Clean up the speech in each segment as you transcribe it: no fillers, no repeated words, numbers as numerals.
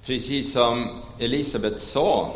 Precis som Elisabeth sa,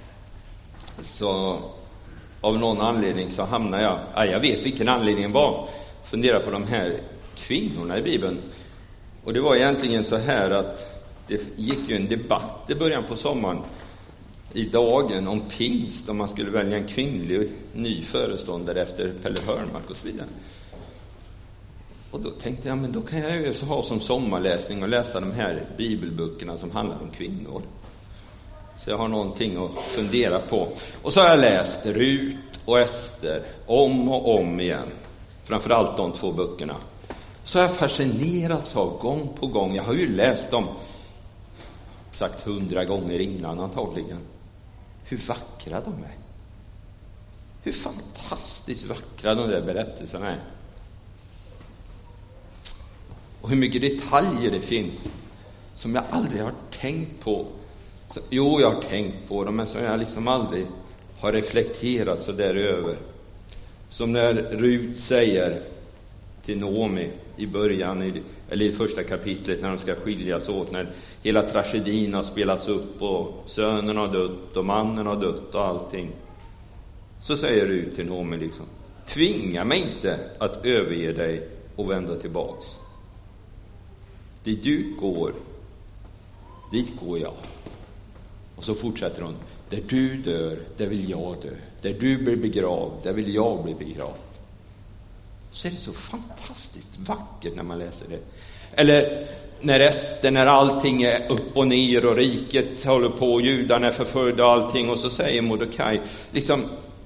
så av någon anledning så hamnar jag vet vilken anledningen var, fundera på de här kvinnorna i Bibeln. Och det var egentligen så här att det gick ju en debatt i början på sommaren i Dagen om pingst, om man skulle välja en kvinnlig ny föreståndare efter Pelle Hörnmark och så vidare. Och då tänkte jag, men då kan jag ju så ha som sommarläsning och läsa de här bibelböckerna som handlar om kvinnor. Så jag har någonting att fundera på. Och så har jag läst Rut och Ester om och om igen. Framförallt de 2 böckerna. Så har jag fascinerats av gång på gång. Jag har ju läst dem sagt 100 gånger innan antagligen. Hur vackra de är. Hur fantastiskt vackra de där berättelserna är. Och hur mycket detaljer det finns som jag aldrig har tänkt på. Jo, jag har tänkt på dem, men som jag liksom aldrig har reflekterat så där över. Som när Rut säger till Naomi i början, eller i första kapitlet när de ska skiljas åt, när hela tragedin har spelats upp och sönen har dött och mannen har dött och allting. Så säger Rut till Naomi liksom: tvinga mig inte att överge dig och vända tillbaks. Dit du går, dit går jag. Och så fortsätter hon: där du dör, där vill jag dö. Där du blir begravd, där vill jag bli begravd. Så är det så fantastiskt vackert när man läser det. Eller när allting är upp och ner och riket håller på, judarna är förföljda och allting, och så säger Mordecai liksom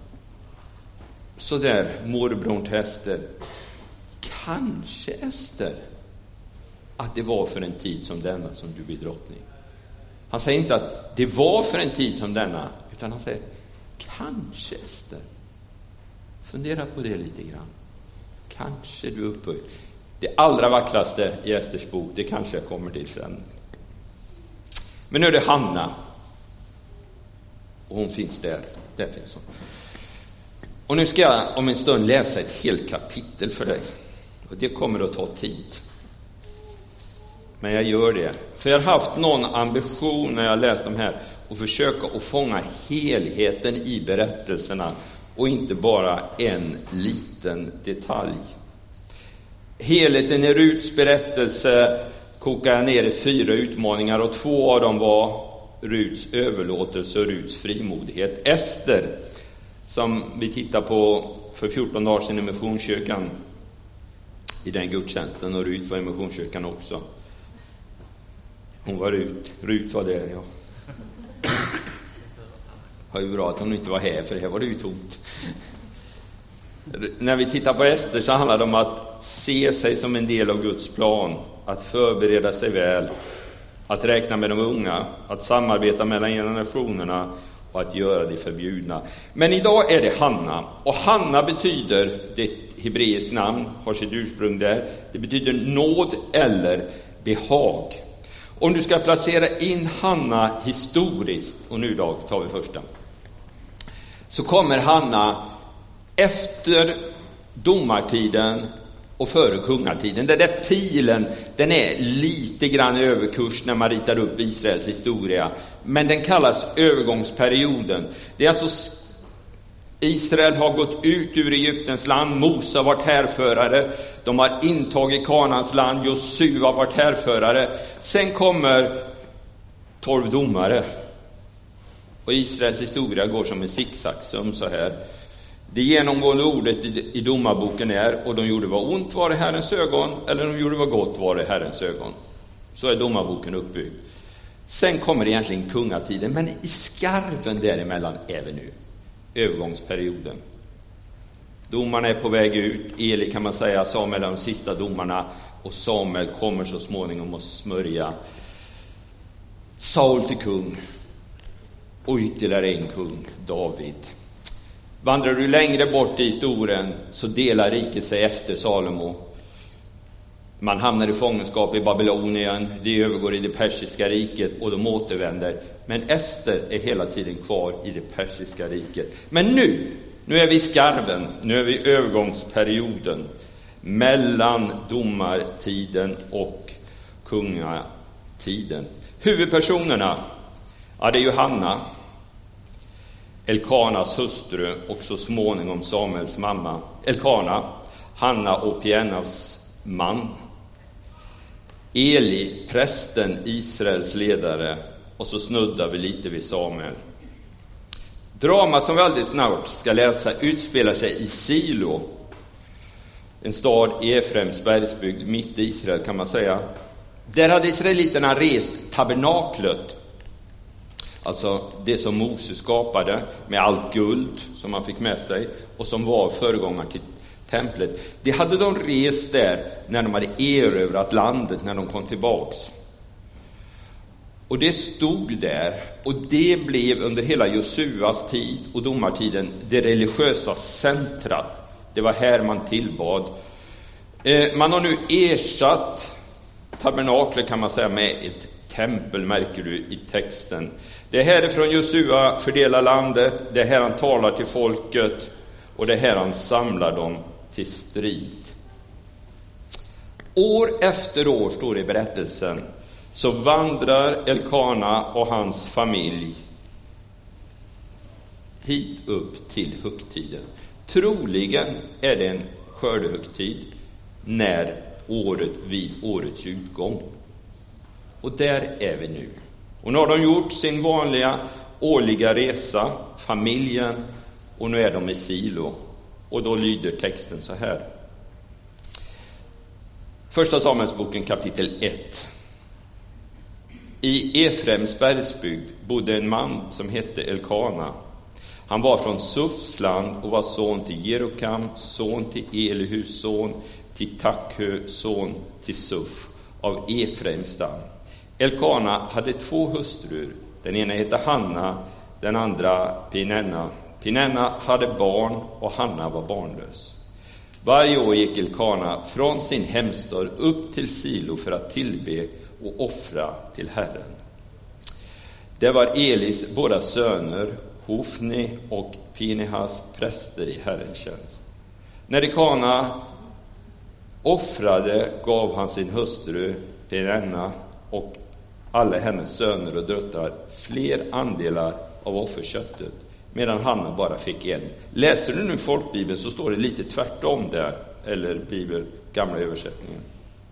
så där, morbrorn till Ester: kanske Ester att det var för en tid som denna som du blir drottning. Han säger inte att det var för en tid som denna, utan han säger kanske Ester. Fundera på det lite grann. Kanske du upphöjd. Det allra vackraste i Esters bok, det kanske jag kommer till sen. Men nu är det Hanna. Och hon finns där. Där finns hon. Och nu ska jag om en stund läsa ett helt kapitel för dig. Och det kommer att ta tid. Men jag gör det. För jag har haft någon ambition när jag läst de här att försöka att fånga helheten i berättelserna och inte bara en liten detalj. Helheten i Ruts berättelse kokar jag ner i 4 utmaningar, och 2 av dem var Ruts överlåtelse och Ruts frimodighet. Ester, som vi tittar på för 14 dagar sedan i Missionskyrkan, i den gudstjänsten, och Rut var i Missionskyrkan också. Hon var Rut var där, ja. Det var ju bra att hon inte var här, för här var det ju tomt. När vi tittar på Ester så handlar det om att se sig som en del av Guds plan, att förbereda sig väl, att räkna med de unga, att samarbeta mellan generationerna och att göra det förbjudna. Men idag är det Hanna, och Hanna betyder, det hebreiskt namn har sitt ursprung där, det betyder nåd eller behag. Om du ska placera in Hanna historiskt, och nu idag tar vi första, så kommer Hanna efter domartiden och före kungatiden. Den där pilen, den är lite grann överkurs när man ritar upp Israels historia, men den kallas övergångsperioden. Det är alltså Israel har gått ut ur Egyptens land, Mose har varit härförare, de har intagit Kanaans land, Josua har varit härförare. Sen kommer 12 domare, och Israels historia går som en zigzag-sum så här. Det genomgående ordet i domarboken är: och de gjorde vad ont var i Herrens ögon, eller de gjorde vad gott var i Herrens ögon. Så är domarboken uppbyggd. Sen kommer egentligen kungatiden, men i skarven däremellan är vi nu. Övergångsperioden. Domarna är på väg ut. Eli, kan man säga, Samuel är de sista domarna, och Samuel kommer så småningom att smörja Saul till kung, och ytterligare en kung, David. Vandrar du längre bort i historien så delar riket sig efter Salomo. Man hamnar i fångenskap i Babylonien, det övergår i det persiska riket, och de återvänder. Men Ester är hela tiden kvar i det persiska riket. Men nu är vi i skarven, nu är vi i övergångsperioden mellan domartiden och tiden. Huvudpersonerna, ja, det är ju Hanna, Elkanas hustru och så småningom Samuels mamma. Elkana, Hanna och Pienas man. Eli, prästen, Israels ledare, och så snuddar vi lite vid Samuel. Drama som vi alldeles snart ska läsa utspelar sig i Silo, en stad i Efraims bergsbygd, mitt i Israel kan man säga. Där hade israeliterna rest tabernaklet, alltså det som Moses skapade med allt guld som man fick med sig och som var föregångaren till templet. Det hade de rest där när de hade erövrat landet, när de kom tillbaks. Och det stod där, och det blev under hela Josuas tid och domartiden det religiösa centrat. Det var här man tillbad. Man har nu ersatt tabernaklet, kan man säga, med ett tempel, märker du i texten. Det är härifrån Josua fördelar landet, det är här han talar till folket och det är här han samlar dem till strid. År efter år, står det i berättelsen, så vandrar Elkana och hans familj hit upp till högtiden. Troligen är det en skördehögtid vid årets utgång. Och där är vi nu. Och nu har de gjort sin vanliga årliga resa, familjen, och nu är de i Silo. Och då lyder texten så här. Första Samuelsboken kapitel 1. I Efraims bergsbygd bodde en man som hette Elkana. Han var från Sufs land och var son till Jerokam, son till Elihus, son till Takhö, son till Suf av Efraims stam. Elkana hade 2 hustrur. Den ena hette Hanna, den andra Pinenna. Pinenna hade barn och Hanna var barnlös. Varje år gick Elkana från sin hemstad upp till Silo för att tillbe och offra till Herren. Det var Elis båda söner, Hofni och Pinehas, präster i Herrens tjänst. När Elkana offrade gav han sin hustru Pinenna och alla hennes söner och döttrar fler andelar av offerköttet, medan Hanna bara fick en. Läser du nu folkbibeln så står det lite tvärtom där, eller bibel, gamla översättningen.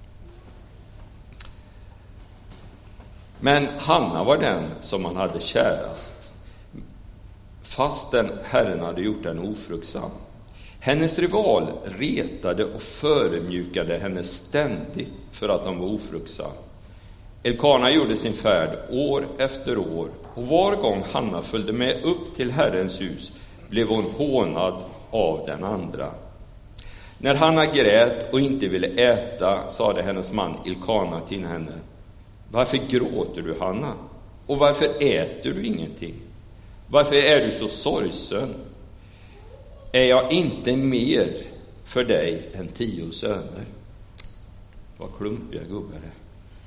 Men Hanna var den som han hade kärast, fastän Herren hade gjort den ofruktsam. Hennes rival retade och förödmjukade henne ständigt för att hon var ofruktsam. Elkana gjorde sin färd år efter år, och var gång Hanna följde med upp till Herrens hus blev hon hånad av den andra. När Hanna grät och inte ville äta, sade hennes man Elkana till henne: varför gråter du, Hanna? Och varför äter du ingenting? Varför är du så sorgsen? Är jag inte mer för dig än 10 söner? Vad klumpiga gubbar det.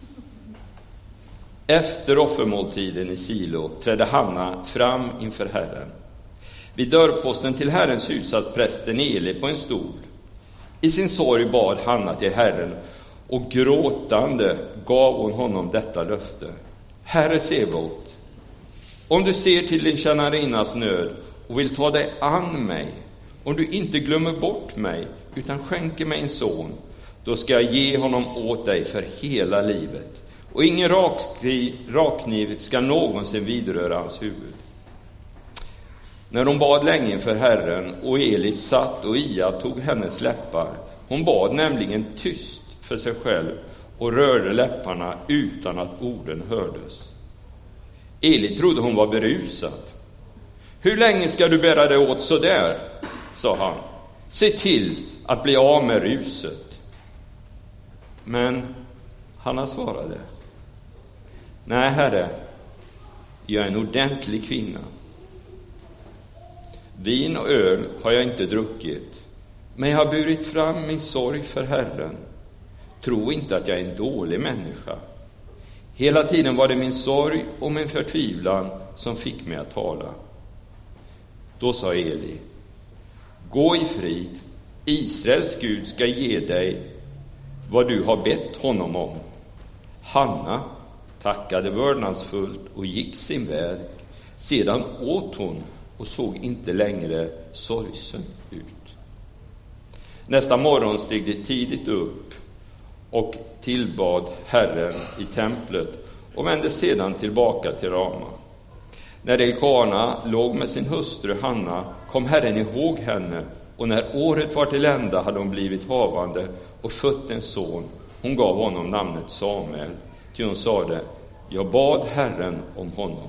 Efter offermåltiden i Silo trädde Hanna fram inför Herren. Vid dörrposten till Herrens hus satt prästen Eli på en stol. I sin sorg bad Hanna till Herren, och gråtande gav hon honom detta löfte: Herre Sebot, om du ser till din tjänarinnas nöd och vill ta dig an mig, om du inte glömmer bort mig utan skänker mig en son, då ska jag ge honom åt dig för hela livet, och ingen rakkniv ska någonsin vidröra hans huvud. När hon bad länge inför Herren och Eli satt och iakttog hennes läppar, hon bad nämligen tyst för sig själv och rörde läpparna utan att orden hördes. Eli trodde hon var berusad. Hur länge ska du bära dig åt så där? Sa han. Se till att bli av med ruset. Men Hanna svarade: nej, Herre, jag är en ordentlig kvinna. Vin och öl har jag inte druckit, men jag har burit fram min sorg för Herren. Tro inte att jag är en dålig människa. Hela tiden var det min sorg och min förtvivlan som fick mig att tala. Då sa Eli: gå i frid, Israels Gud ska ge dig vad du har bett honom om. Hanna, tackade vördnadsfullt och gick sin väg. Sedan åt hon och såg inte längre sorgsen ut. Nästa morgon steg de tidigt upp och tillbad Herren i templet och vände sedan tillbaka till Rama. När Elkana låg med sin hustru Hanna kom Herren ihåg henne, och när året var till ända hade hon blivit havande och fött en son. Hon gav honom namnet Samuel, ty hon sade: jag bad Herren om honom.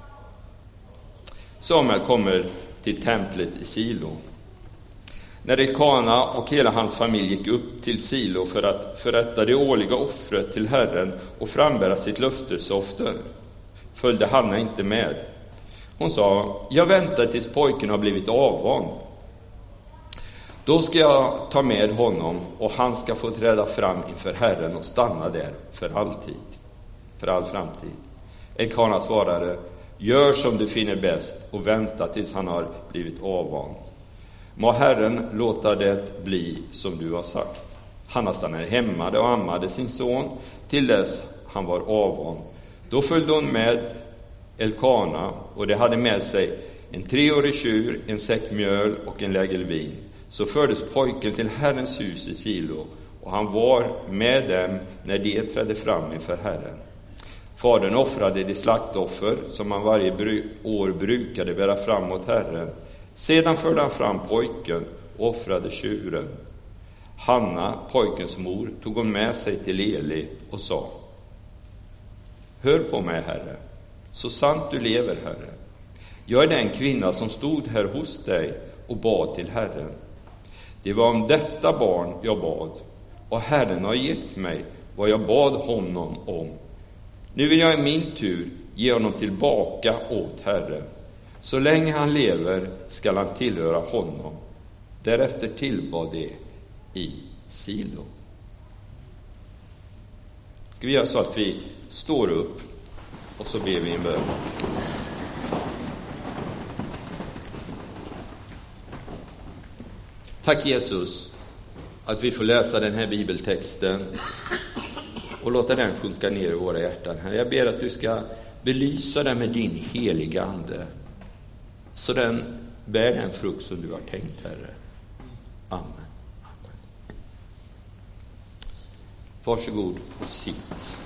Samuel kommer till templet i Silo. När Elkana och hela hans familj gick upp till Silo för att förrätta det årliga offret till Herren och frambära sitt löftesoffer, följde Hanna inte med. Hon sa: jag väntar tills pojken har blivit avvand. Då ska jag ta med honom och han ska få träda fram inför Herren och stanna där för alltid, för all framtid. Elkana svarade: gör som du finner bäst och vänta tills han har blivit avvand. Må Herren låta det bli som du har sagt. Hanna stannade hemma och ammade sin son till dess han var avvand. Då följde hon med Elkana, och de hade med sig en 3-årig tjur, en säck mjöl och en lägel vin. Så fördes pojken till Herrens hus i Silo, och han var med dem när de trädde fram inför Herren. Fadern offrade de slaktoffer som han varje år brukade bära fram mot Herren. Sedan förde han fram pojken och offrade tjuren. Hanna, pojkens mor, tog hon med sig till Eli och sa: hör på mig, Herre, så sant du lever, Herre. Jag är den kvinna som stod här hos dig och bad till Herren. Det var om detta barn jag bad, och Herren har gett mig vad jag bad honom om. Nu vill jag i min tur ge honom tillbaka åt Herren. Så länge han lever skall han tillhöra honom. Därefter tillbad det i Silo. Ska vi göra så att vi står upp och så ber vi en bön. Tack Jesus att vi får läsa den här bibeltexten och låta den sjunka ner i våra hjärtan. Herre, jag ber att du ska belysa den med din heliga ande, så den bär den frukt som du har tänkt, Herre. Amen. Amen. Varsågod och sitt.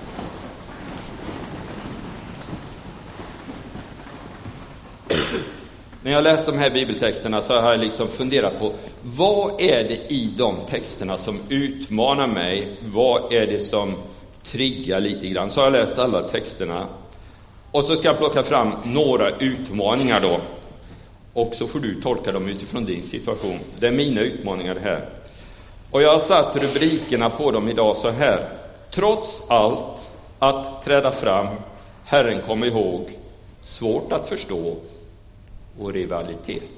När jag läst de här bibeltexterna så har jag liksom funderat på: vad är det i de texterna som utmanar mig? Vad är det som triggar lite grann? Så har jag läst alla texterna. Och så ska jag plocka fram några utmaningar då. Och så får du tolka dem utifrån din situation. Det är mina utmaningar här. Och jag har satt rubrikerna på dem idag så här: trots allt att träda fram, Herren kom ihåg, svårt att förstå och rivalitet.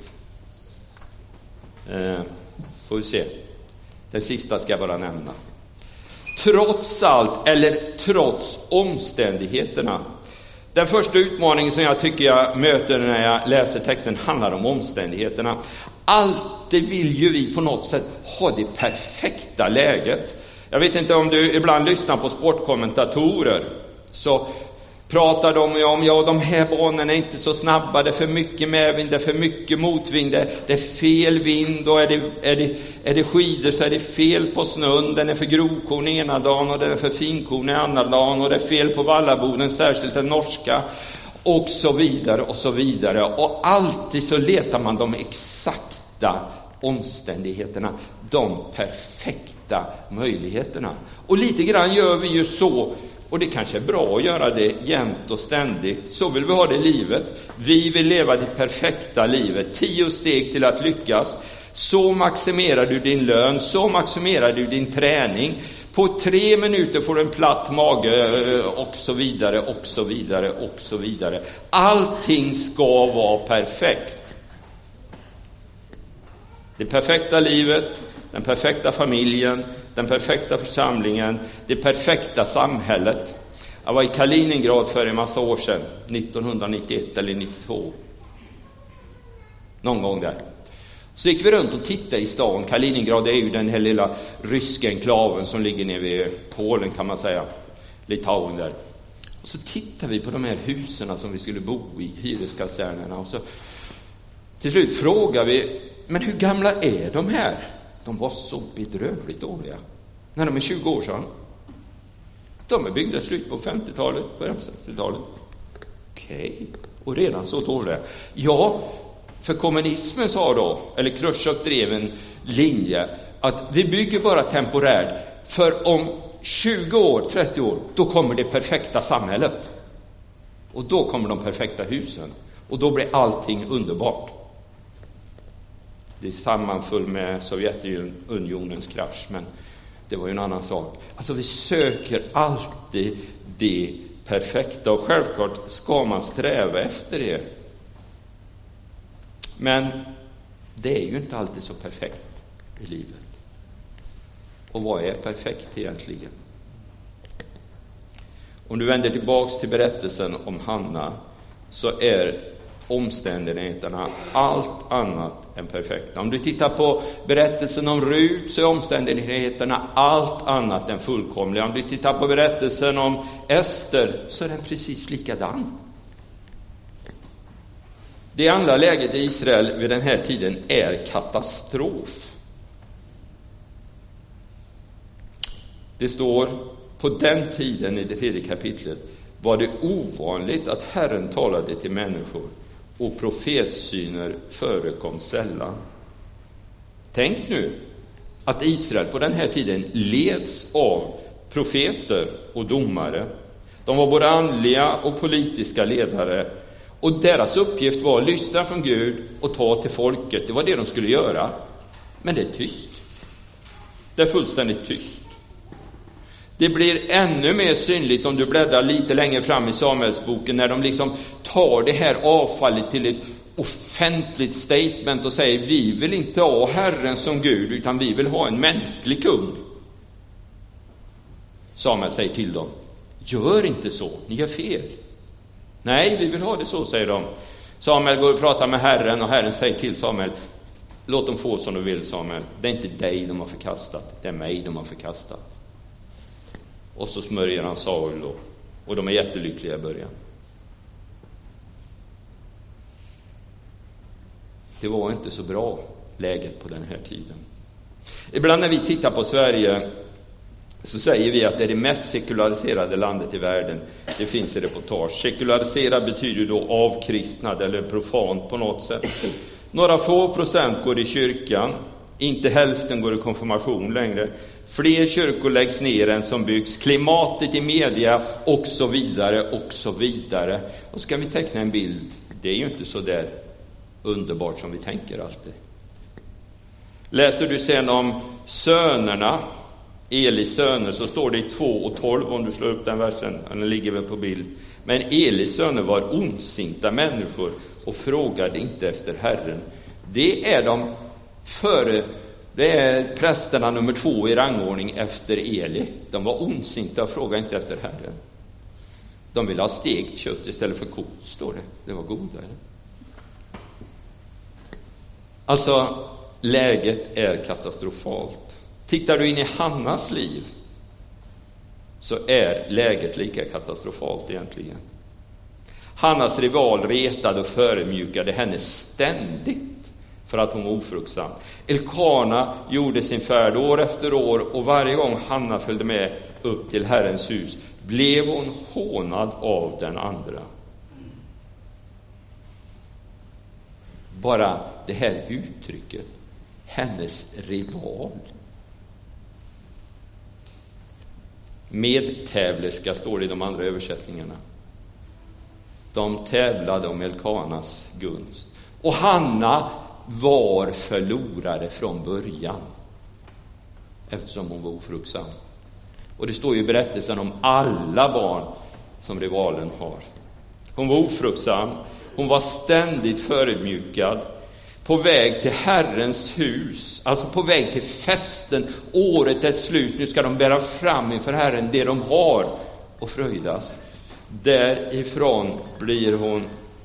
Får vi se. Den sista ska jag bara nämna. Trots allt, eller trots omständigheterna. Den första utmaningen som jag tycker jag möter när jag läser texten handlar om omständigheterna. Alltid vill ju vi på något sätt ha det perfekta läget. Jag vet inte om du ibland lyssnar på sportkommentatorer, så pratar de om de här banorna är inte så snabba, det är för mycket medvind, det är för mycket motvind, det är fel vind, och är det skidor så är det fel på snön, den är för grovkorn ena dagen och den är för finkorn i andra dagen, och det är fel på vallaboden, särskilt den norska, och så vidare och så vidare. Och alltid så letar man de exakta omständigheterna, de perfekta möjligheterna. Och lite grann gör vi ju så. Och det kanske är bra att göra det jämt och ständigt. Så vill vi ha det i livet. Vi vill leva det perfekta livet. 10 steg till att lyckas. Så maximerar du din lön. Så maximerar du din träning. På 3 minuter får du en platt mage, och så vidare, och så vidare, och så vidare. Allting ska vara perfekt. Det perfekta livet, den perfekta familjen, den perfekta församlingen, det perfekta samhället. Jag var i Kaliningrad för en massa år sedan, 1991 eller 92. Någon gång där. Så gick vi runt och tittade i stan. Kaliningrad är ju den här lilla ryska enklaven som ligger nere vid Polen, kan man säga. Litauen där. Och så tittar vi på de här husen som vi skulle bo i, hyreskasernerna, och så till slut frågar vi, men hur gamla är de här? De var så bedrövligt dåliga. När de är 20 år sedan. De är byggda slut på 50-talet, början på 60-talet. Okej. Och redan så dåliga. Ja, för kommunismen sa då, eller Khrushchev drev en linje, att vi bygger bara temporärt. För om 20 år, 30 år, då kommer det perfekta samhället. Och då kommer de perfekta husen. Och då blir allting underbart. Det sammanföll med Sovjetunionens krasch, men det var ju en annan sak. Alltså vi söker alltid det perfekta, och självklart ska man sträva efter det. Men det är ju inte alltid så perfekt i livet. Och vad är perfekt egentligen? Om du vänder tillbaks till berättelsen om Hanna, så är omständigheterna allt annat än perfekta. Om du tittar på berättelsen om Rut, så är omständigheterna allt annat än fullkomliga. Om du tittar på berättelsen om Ester, så är den precis likadan. Det andra läget i Israel vid den här tiden är katastrof. Det står, på den tiden i det 3:e kapitlet var det ovanligt att Herren talade till människor, och profetsyner förekom sällan. Tänk nu att Israel på den här tiden leds av profeter och domare. De var både andliga och politiska ledare, och deras uppgift var att lyssna från Gud och ta till folket. Det var det de skulle göra. Men det är tyst. Det är fullständigt tyst. Det blir ännu mer synligt om du bläddrar lite längre fram i Samuelsboken, när de liksom tar det här avfallet till ett offentligt statement och säger, vi vill inte ha Herren som Gud, utan vi vill ha en mänsklig kung. Samuel säger till dem, gör inte så, ni gör fel. Nej, vi vill ha det så, säger de. Samuel går och pratar med Herren, och Herren säger till Samuel, låt dem få som du vill, Samuel. Det är inte dig de har förkastat, det är mig de har förkastat. Och så smörjer han Saul, och de är jättelyckliga i början. Det var inte så bra läget på den här tiden. Ibland när vi tittar på Sverige, så säger vi att det är det mest sekulariserade landet i världen. Det finns i reportage. Sekulariserad betyder då avkristnad eller profant på något sätt. Några få procent går i kyrkan. Inte hälften går i konfirmation längre. Fler kyrkor läggs ner än som byggs. Klimatet i media, och så vidare, och så vidare. Och så kan vi teckna en bild. Det är ju inte så där underbart som vi tänker alltid. Läser du sen om sönerna, Elis söner, så står det i 2:12 om du slår upp den versen. Den ligger väl på bild. Men Elis söner var ondsinta människor och frågade inte efter Herren. Det är prästerna nummer 2 i rangordning efter Eli. De var ondsinta och frågade inte efter Herren. De ville ha stekt kött istället för kokt, står det. Det var godare. Alltså, läget är katastrofalt. Tittar du in i Hannas liv, så är läget lika katastrofalt egentligen. Hannas rival retade och förödmjukade henne ständigt för att hon var ofruktsam. Elkana gjorde sin färd år efter år, och varje gång Hanna följde med upp till Herrens hus blev hon hånad av den andra. Bara det här uttrycket, hennes rival. Medtävlerska står det i de andra översättningarna. De tävlade om Elkanas gunst. Och Hanna var förlorare från början, eftersom hon var ofruktsam. Och det står ju i berättelsen om alla barn som rivalen har. Hon var ofruktsam. Hon var ständigt förödmjukad. På väg till Herrens hus, alltså på väg till festen. Året är slut, nu ska de bära fram inför Herren det de har och fröjdas. Därifrån blir hon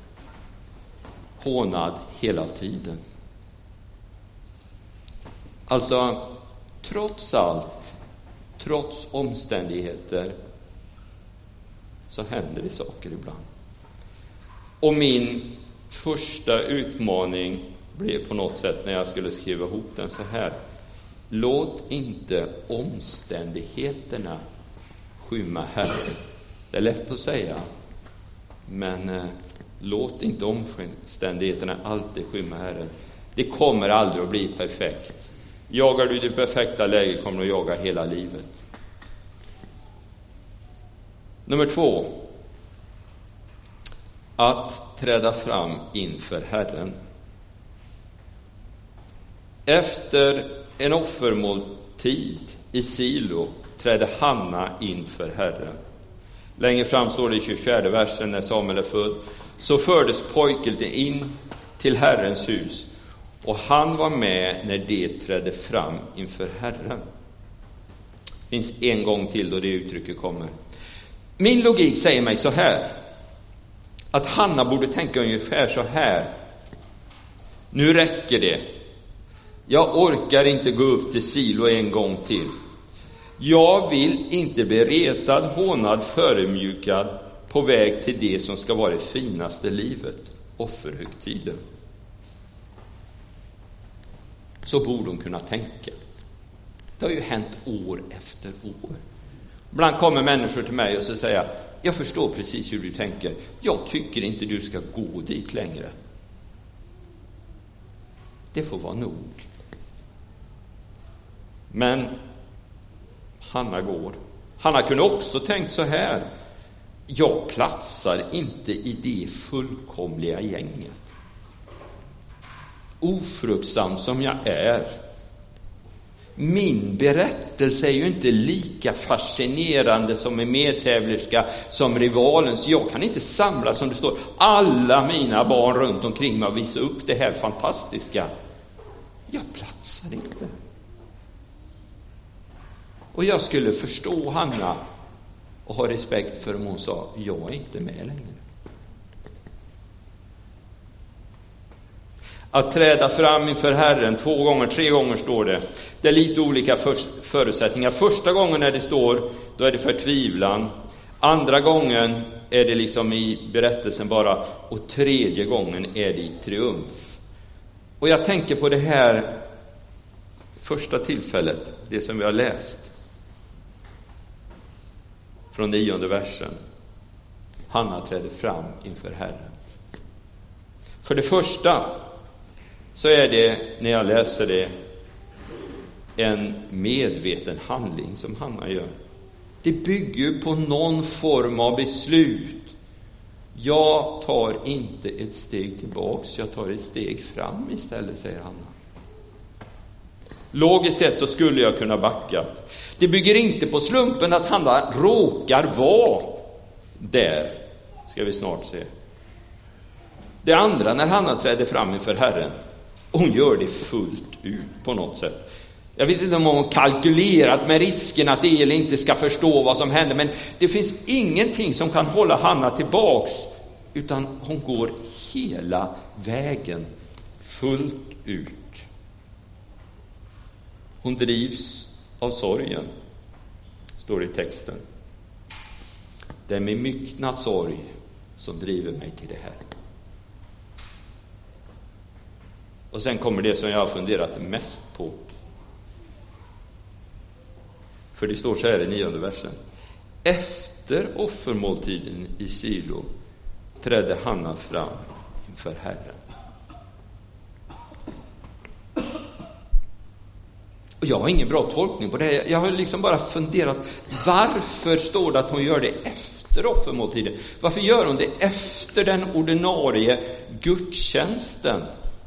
hånad hela tiden. Alltså, trots allt, trots omständigheter, så händer det saker ibland. Och min första utmaning blev på något sätt när jag skulle skriva ihop den så här: låt inte omständigheterna skymma Herren. Det är lätt att säga, men låt inte omständigheterna alltid skymma Herren. Det kommer aldrig att bli perfekt. Jagar du det perfekta läget kommer du att jaga hela livet. Nummer 2. Att träda fram inför Herren. Efter en offermåltid i Silo trädde Hanna inför Herren. Längre fram står det i 24 versen, när Samuel är född, så fördes pojken in till Herrens hus, och han var med när det trädde fram inför Herren. Det finns en gång till då det uttrycket kommer. Min logik säger mig så här, att Hanna borde tänka ungefär så här: nu räcker det. Jag orkar inte gå upp till Silo en gång till. Jag vill inte bli retad, hånad, förödmjukad på väg till det som ska vara det finaste livet, offerhögtiden. Så borde hon kunna tänka. Det har ju hänt år efter år. Ibland kommer människor till mig och så säger: jag förstår precis hur du tänker. Jag tycker inte du ska gå dit längre. Det får vara nog. Men Hanna går. Hanna kunde också tänkt så här: jag platsar inte i det fullkomliga gänget. Ofruktsam som jag är. Min berättelse är ju inte lika fascinerande som en medtävlerska som rivalens. Jag kan inte samla, som det står, alla mina barn runt omkring mig och visa upp det här fantastiska. Jag platsar inte. Och jag skulle förstå Hanna och ha respekt för om hon sa: jag är inte med längre. Att träda fram inför Herren 2 gånger, 3 gånger står det. Det är lite olika förutsättningar. Första gången när det står, då är det förtvivlan. Andra gången är det liksom i berättelsen bara. Och 3:e gången är det i triumf. Och jag tänker på det här första tillfället, det som vi har läst. Från 9:e versen. Hanna trädde fram inför Herren. För det första så är det, när jag läser det, en medveten handling som Hanna gör. Det bygger på någon form av beslut. Jag tar inte ett steg tillbaks, jag tar ett steg fram istället, säger Hanna. Logiskt sett så skulle jag kunna backa. Det bygger inte på slumpen att Hanna råkar vara där. Ska vi snart se. Det andra, när Hanna träder fram inför Herren, hon gör det fullt ut på något sätt. Jag vet inte om hon kalkylerat med risken att Eli inte ska förstå vad som händer, men det finns ingenting som kan hålla Hanna tillbaks, utan hon går hela vägen fullt ut. Hon drivs av sorgen, står det i texten. Det är med myckna sorg som driver mig till det här. Och sen kommer det som jag har funderat mest på. För det står så här i 9:e versen. Efter offermåltiden i Silo trädde Hanna fram inför Herren. Och jag har ingen bra tolkning på det. Jag har liksom bara funderat, varför står det att hon gör det efter offermåltiden? Varför gör hon det efter den ordinarie gudstjänsten?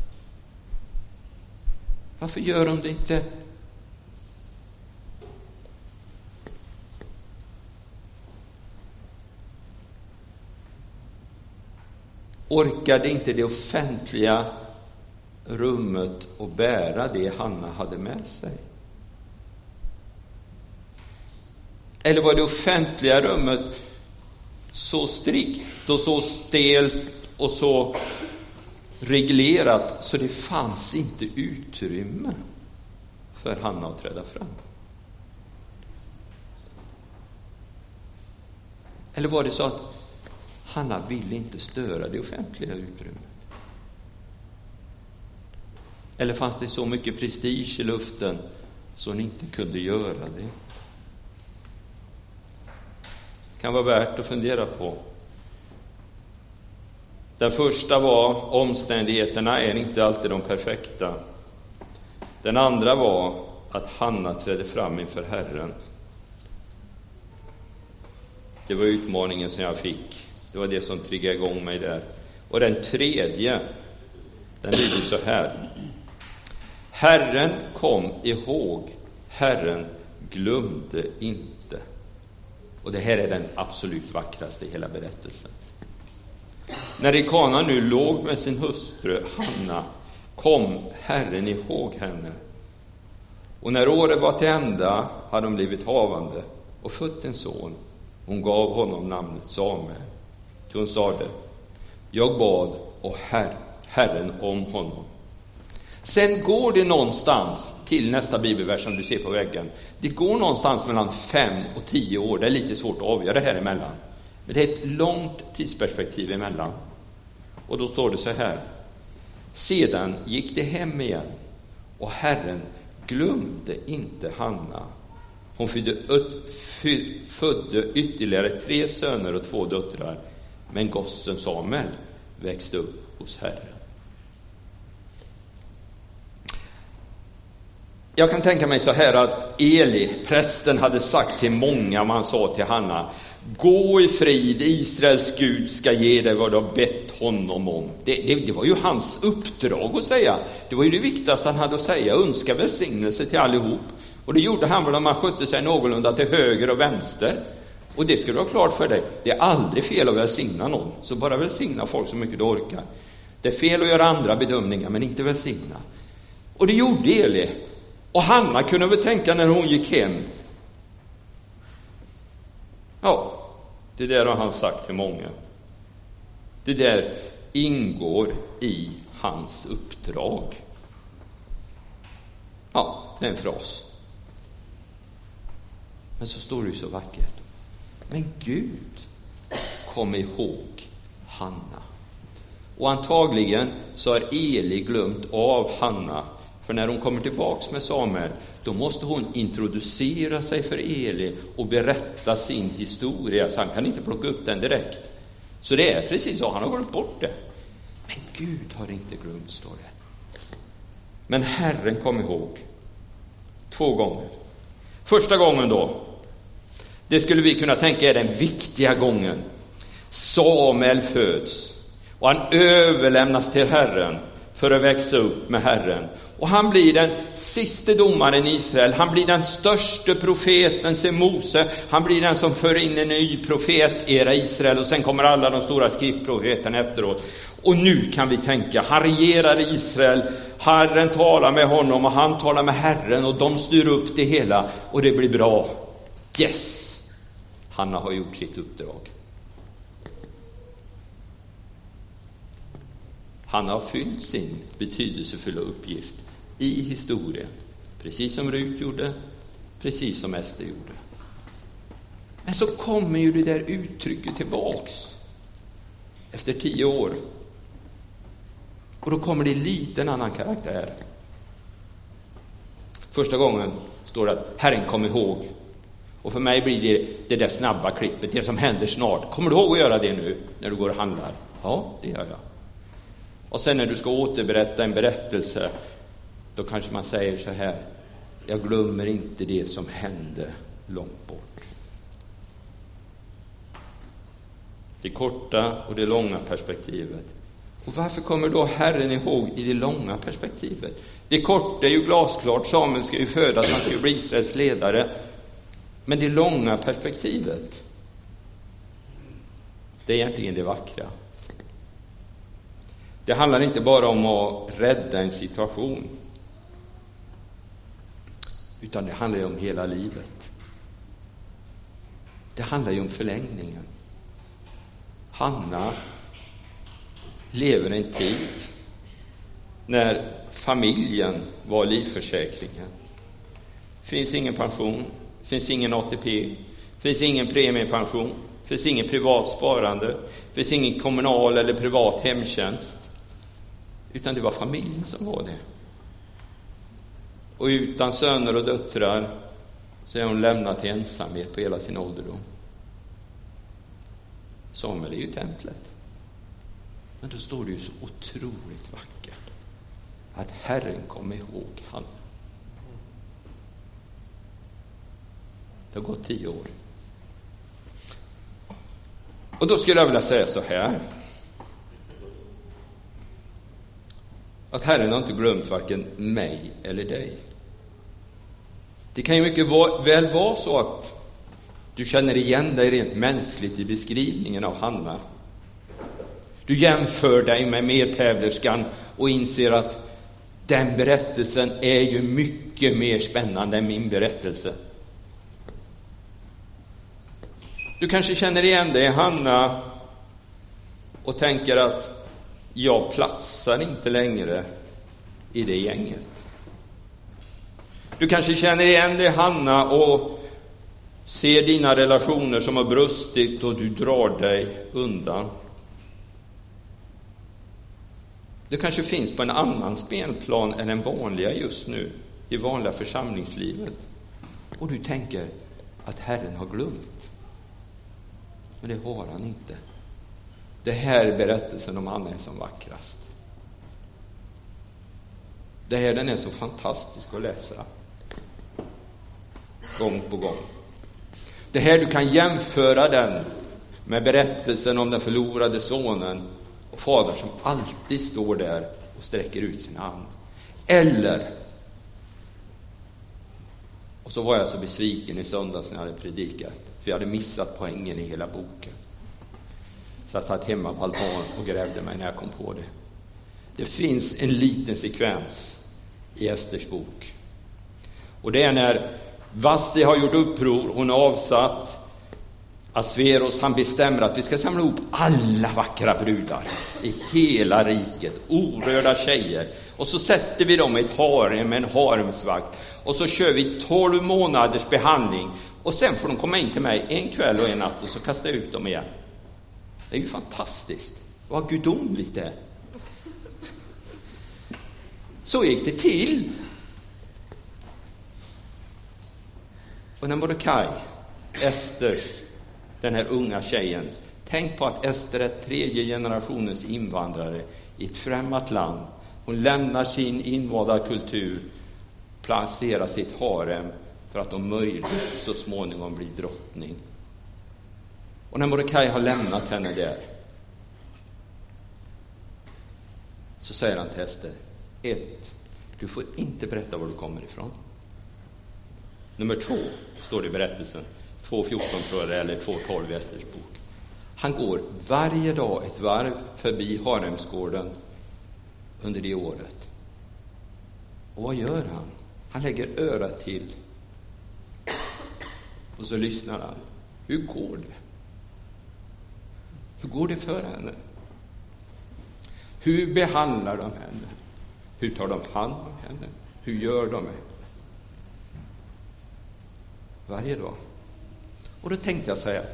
Varför gör hon det inte? Orkade inte det offentliga rummet och bära det Hanna hade med sig? Eller var det offentliga rummet så strikt och så stelt och så reglerat så det fanns inte utrymme för Hanna att träda fram? Eller var det så att Hanna ville inte störa det offentliga utrymmet? Eller fanns det så mycket prestige i luften så hon inte kunde göra det? Kan vara värt att fundera på. Den första var omständigheterna är inte alltid de perfekta. Den andra var att Hanna trädde fram inför Herren. Det var utmaningen som jag fick. Det var det som triggade igång mig där. Och den tredje, den lyder så här. Herren kom ihåg, Herren glömde inte. Och det här är den absolut vackraste i hela berättelsen. När Elkana nu låg med sin hustru Hanna kom Herren ihåg henne. Och när året var till ända hade hon blivit havande och fött en son. Hon gav honom namnet Samuel. Till hon sa det. Jag bad och Herren om honom. Sen går det någonstans till nästa bibelvers som du ser på väggen. Det går någonstans mellan 5 och 10 år. Det är lite svårt att avgöra det här emellan. Men det är ett långt tidsperspektiv emellan. Och då står det så här. Sedan gick det hem igen. Och Herren glömde inte Hanna. Hon födde ytterligare 3 söner och 2 döttrar. Men gossen Samuel växte upp hos Herren. Jag kan tänka mig så här att Eli, prästen, hade sagt till många, man sa till Hanna, gå i frid, Israels Gud ska ge dig vad du har bett honom om. Det var ju hans uppdrag att säga. Det var ju det viktigaste han hade att säga, önska välsignelse till allihop. Och det gjorde han väl om man skötte sig någorlunda till höger och vänster. Och det ska du ha klart för dig. Det är aldrig fel att välsigna någon. Så bara välsigna folk så mycket du orkar. Det är fel att göra andra bedömningar men inte välsigna. Och det gjorde Eli. Och Hanna kunde väl tänka när hon gick hem. Ja, det där har han sagt till många. Det där ingår i hans uppdrag. Ja, det är en fras. Men så står det ju så vackert. Men Gud kom ihåg Hanna. Och antagligen så har Eli glömt av Hanna. För när hon kommer tillbaks med Samuel, då måste hon introducera sig för Eli och berätta sin historia. Så han kan inte plocka upp den direkt. Så det är precis så, han har glömt bort det. Men Gud har inte glömt, står det. Men Herren kom ihåg 2 gånger. Första gången då, det skulle vi kunna tänka är den viktiga gången. Samuel föds och han överlämnas till Herren för att växa upp med Herren. Och han blir den sista domaren i Israel. Han blir den största profeten sen Mose. Han blir den som för in en ny profetera i Israel. Och sen kommer alla de stora skriftprofeterna efteråt. Och nu kan vi tänka, han regerar i Israel. Herren talar med honom och han talar med Herren. Och de styr upp det hela och det blir bra. Yes! Hanna har gjort sitt uppdrag. Han har fyllt sin betydelsefulla uppgift i historien. Precis som Rut gjorde, precis som Ester gjorde. Men så kommer ju det där uttrycket tillbaks efter 10 år. Och då kommer det lite en annan karaktär. Första gången står det att Herren kom ihåg. Och för mig blir det där snabba klippet, det som händer snart. Kommer du ihåg att göra det nu när du går och handlar? Ja, det gör jag. Och sen när du ska återberätta en berättelse, då kanske man säger så här: jag glömmer inte det som hände långt bort. Det korta och det långa perspektivet. Och varför kommer då Herren ihåg i det långa perspektivet? Det korta är ju glasklart, Samuel ska ju födas, han ska ju bli Israels ledare. Men det långa perspektivet, det är egentligen det vackra. Det handlar inte bara om att rädda en situation, utan det handlar ju om hela livet. Det handlar ju om förlängningen. Hanna lever en tid när familjen var livförsäkringen. Finns ingen pension, finns ingen ATP, finns ingen premiepension, Det finns ingen privat sparande. Det finns ingen kommunal eller privat hemtjänst. Utan det var familjen som var det. Och utan söner och döttrar så är hon lämnad till ensamhet på hela sin ålderdom. Samuel är ju templet. Men då står det ju så otroligt vackert att Herren kommer ihåg han. Det har gått 10 år. Och då skulle jag vilja säga så här. Att Herren har inte glömt varken mig eller dig. Det kan ju mycket väl vara så att du känner igen dig rent mänskligt i beskrivningen av Hanna. Du jämför dig med medtävlerskan och inser att den berättelsen är ju mycket mer spännande än min berättelse. Du kanske känner igen dig i Hanna och tänker att jag platsar inte längre i det gänget. Du kanske känner igen dig i Hanna och ser dina relationer som har brustit och du drar dig undan. Du kanske finns på en annan spelplan än den vanliga just nu, i vanliga församlingslivet. Och du tänker att Herren har glömt. Men det har han inte. Det här är berättelsen om Hanna är som vackrast. Det här, den är så fantastisk att läsa. Gång på gång. Det här, du kan jämföra den med berättelsen om den förlorade sonen och fadern som alltid står där och sträcker ut sin hand. Eller, och så var jag så besviken i söndags när jag hade predikat, för jag hade missat poängen i hela boken. Så jag satt hemma på altanen och grävde mig när jag kom på det. Det finns en liten sekvens i Esters bok. Och det är när Vasti har gjort uppror, hon har avsatt Asveros, han bestämmer att vi ska samla ihop alla vackra brudar i hela riket, orörda tjejer. Och så sätter vi dem i ett harem med en haremsvakt. Och så kör vi 12 månaders behandling. Och sen får de komma in till mig en kväll och en natt och så kastar jag ut dem igen. Det är ju fantastiskt. Vad gudomligt det är. Så gick det till. Och när Mordecai, Esters, den här unga tjejen, tänk på att Ester är 3:e generationens invandrare i ett främmat land. Hon lämnar sin invanda kultur, placerar sitt harem för att om möjligt så småningom bli drottning. Och när Mordecai har lämnat henne där, så säger han till Ester: 1. Du får inte berätta var du kommer ifrån. Nummer 2, står det i berättelsen, 2:14 tror jag det är, eller 2:12 i Esters bok. Han går varje dag ett varv förbi haremsgården under det året. Och vad gör han? Han lägger örat till. Och så lyssnar han. Hur går det? Hur går det för henne? Hur behandlar de henne? Hur tar de hand om henne? Hur gör de det? Varje dag. Och då tänkte jag säga: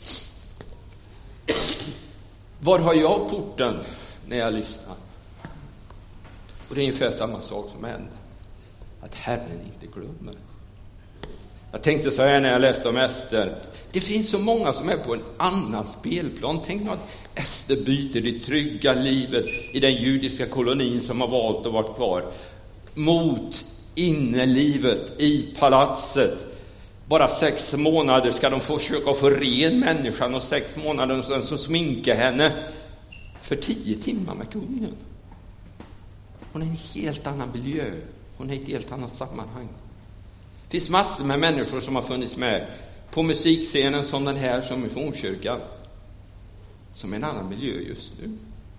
var har jag porten när jag lyssnar? Och det är ungefär samma sak som hände. Att Herren inte glömmer. Jag tänkte så här när jag läste om Ester. Det finns så många som är på en annan spelplan. Tänk nu att Ester byter det trygga livet i den judiska kolonin som har valt att vara kvar mot innelivet i palatset. Bara 6 månader ska de försöka få ren människan och 6 månader sen så sminka henne för 10 timmar med kungen. Hon är en helt annan miljö. Hon är i ett helt annat sammanhang. Det finns massor med människor som har funnits med på musikscenen som den här, som missionskyrkan, som är en annan miljö just nu.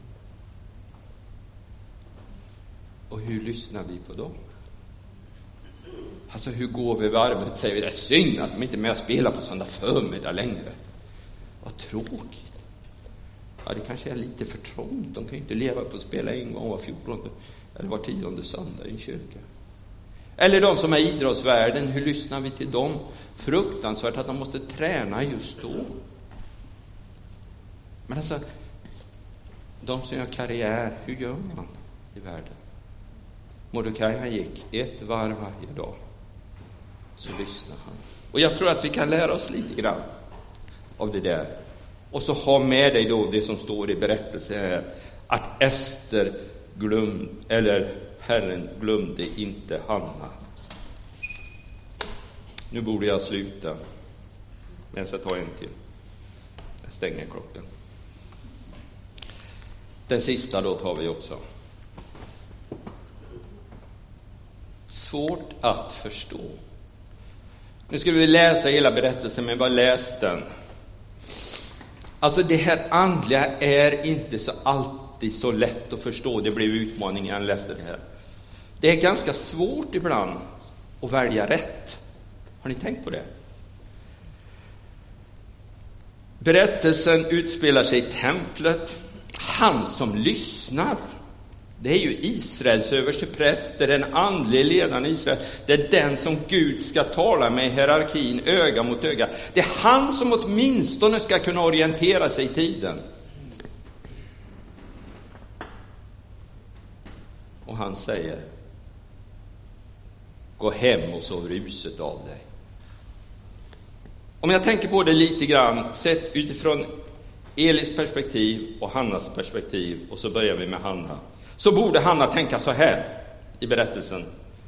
Och hur lyssnar vi på dem? Alltså hur går vi varvet? Säger vi det är synd att de inte är med och spelar på söndag förmiddag längre. Vad tråkigt. Ja, det kanske är lite för trångt. De kan ju inte leva på att spela en gång var 14 eller var 10:e söndag i en kyrka. Eller de som är i idrottsvärlden, hur lyssnar vi till dem? Fruktansvärt att de måste träna just då. Men alltså, de som gör karriär, hur gör man i världen? Mordecai, han gick ett varv varje dag. Så lyssnade han. Och jag tror att vi kan lära oss lite grann av det där. Och så ha med dig då det som står i berättelsen här, att Ester Herren glömde inte Hanna. Nu borde jag sluta. Men jag ska ta en till. Jag stänger klockan. Den sista då tar vi också. Svårt att förstå. Nu ska vi läsa hela berättelsen, men bara läs den. Alltså det här andliga är inte så alltid så lätt att förstå. Det blev utmaningen när jag läste det här. Det är ganska svårt ibland att välja rätt. Har ni tänkt på det? Berättelsen utspelar sig i templet. Han som lyssnar, det är ju Israels överste präst, det är den andliga ledaren i Israel. Det är den som Gud ska tala med i hierarkin, öga mot öga. Det är han som åtminstone ska kunna orientera sig i tiden. Och han säger: gå hem och sov ruset av dig. Om jag tänker på det lite grann, sett utifrån Elis perspektiv och Hannas perspektiv, och så börjar vi med Hanna, så borde Hanna tänka så här i berättelsen: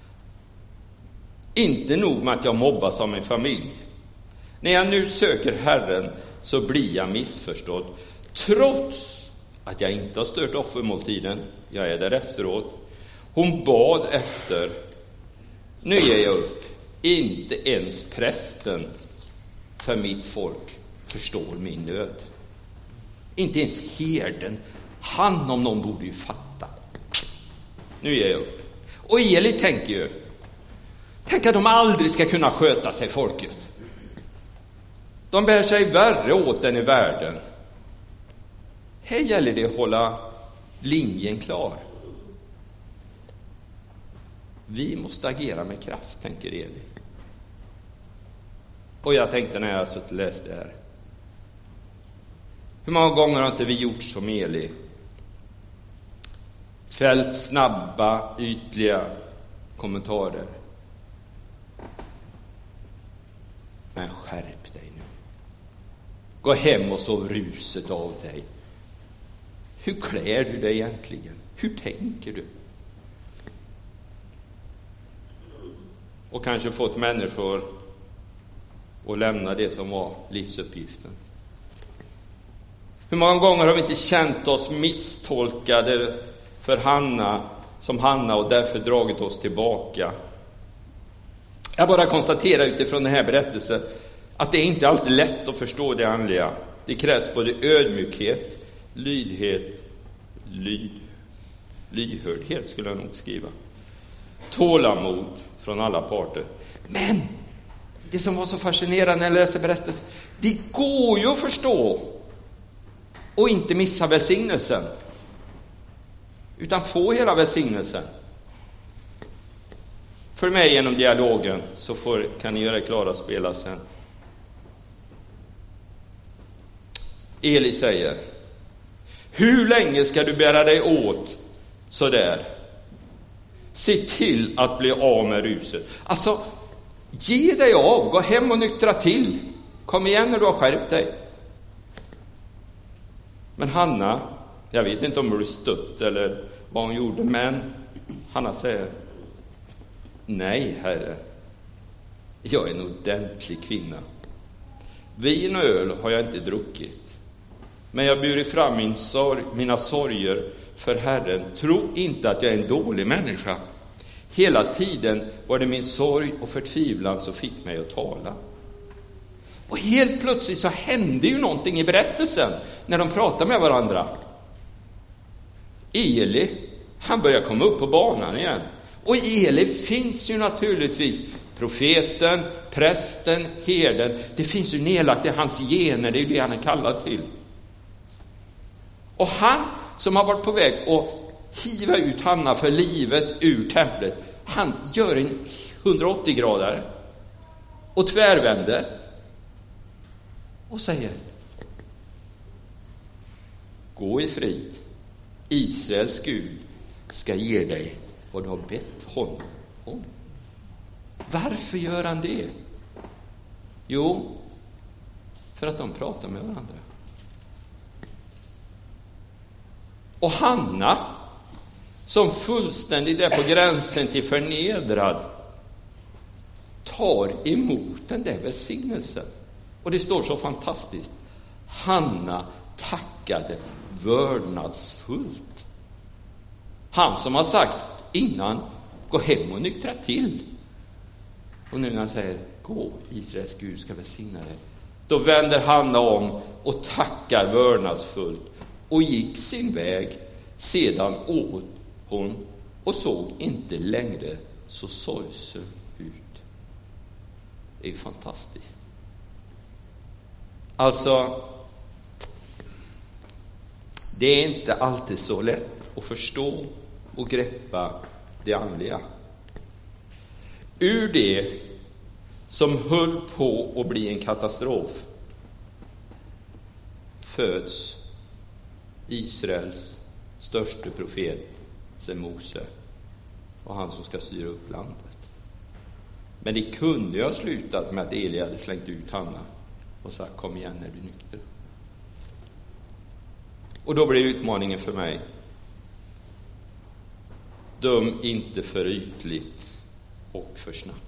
inte nog med att jag mobbas av min familj. När jag nu söker Herren så blir jag missförstådd. Trots att jag inte har stört offermåltiden, jag är där efteråt. Hon bad efter. Nu ger jag upp. Inte ens prästen för mitt folk förstår min nöd. Inte ens herden. Han om någon borde ju fatta. Nu ger jag upp. Och Eli tänker ju: tänk att de aldrig ska kunna sköta sig, folket. De bär sig värre åt än i världen. Här gäller det att hålla linjen klar. Vi måste agera med kraft, tänker Eli. Och jag tänkte när jag suttit och läst det här: hur många gånger har inte vi gjort som Eli? Fällt snabba, ytliga kommentarer. Men skärp dig nu. Gå hem och sov ruset av dig. Hur klär du dig egentligen? Hur tänker du? Och kanske fått människor att lämna det som var livsuppgiften. Hur många gånger har vi inte känt oss misstolkade för Hanna och därför dragit oss tillbaka? Jag bara konstaterar utifrån den här berättelsen att det är inte alltid lätt att förstå det andliga. Det krävs både ödmjukhet, lyhördhet skulle jag nog skriva. Tålamod från alla parter. Men det som var så fascinerande när jag läste berättelsen, det går ju att förstå och inte missa välsignelsen, utan få hela välsignelsen. För mig genom dialogen så kan ni göra klara spela sen. Eli säger: hur länge ska du bära dig åt så där? Se till att bli av med ruset. Alltså, ge dig av, gå hem och nyktra till. Kom igen när du har skärpt dig. Men Hanna, jag vet inte om hon blev stött eller vad hon gjorde, men Hanna säger: nej, Herre, jag är en ordentlig kvinna. Vin och öl har jag inte druckit, men jag burit fram mina sorger för Herren. Tro inte att jag är en dålig människa. Hela tiden var det min sorg och förtvivlan som fick mig att tala. Och helt plötsligt så hände ju någonting i berättelsen när de pratar med varandra. Eli, han börjar komma upp på banan igen. Och i Eli finns ju naturligtvis profeten, prästen, herden. Det finns ju nedlagt i hans gener, det är ju det han är kallad till. Och han som har varit på väg att hiva ut Hanna för livet ur templet, han gör en 180-gradare och tvärvänder och säger: gå i frid. Israels Gud ska ge dig vad du har bett honom om. Varför gör han det? Jo, för att de pratar med varandra. Och Hanna, som fullständigt är på gränsen till förnedrad, tar emot den där välsignelsen. Och det står så fantastiskt. Hanna tackade vördnadsfullt. Han som har sagt innan, gå hem och nyktra till. Och nu när han säger, gå, Israels Gud ska välsigna dig. Då vänder Hanna om och tackar vördnadsfullt och gick sin väg. Sedan åt hon och såg inte längre så sorgsen ut. Det är fantastiskt. Alltså, det är inte alltid så lätt att förstå och greppa det andliga. Ur det som höll på att bli en katastrof föds Israels störste profet sen Mose och han som ska styra upp landet. Men det kunde ju ha slutat med att Eli hade slängt ut Hanna och sagt, kom igen när du är nykter. Och då blir utmaningen för mig, döm inte för ytligt och för snabbt.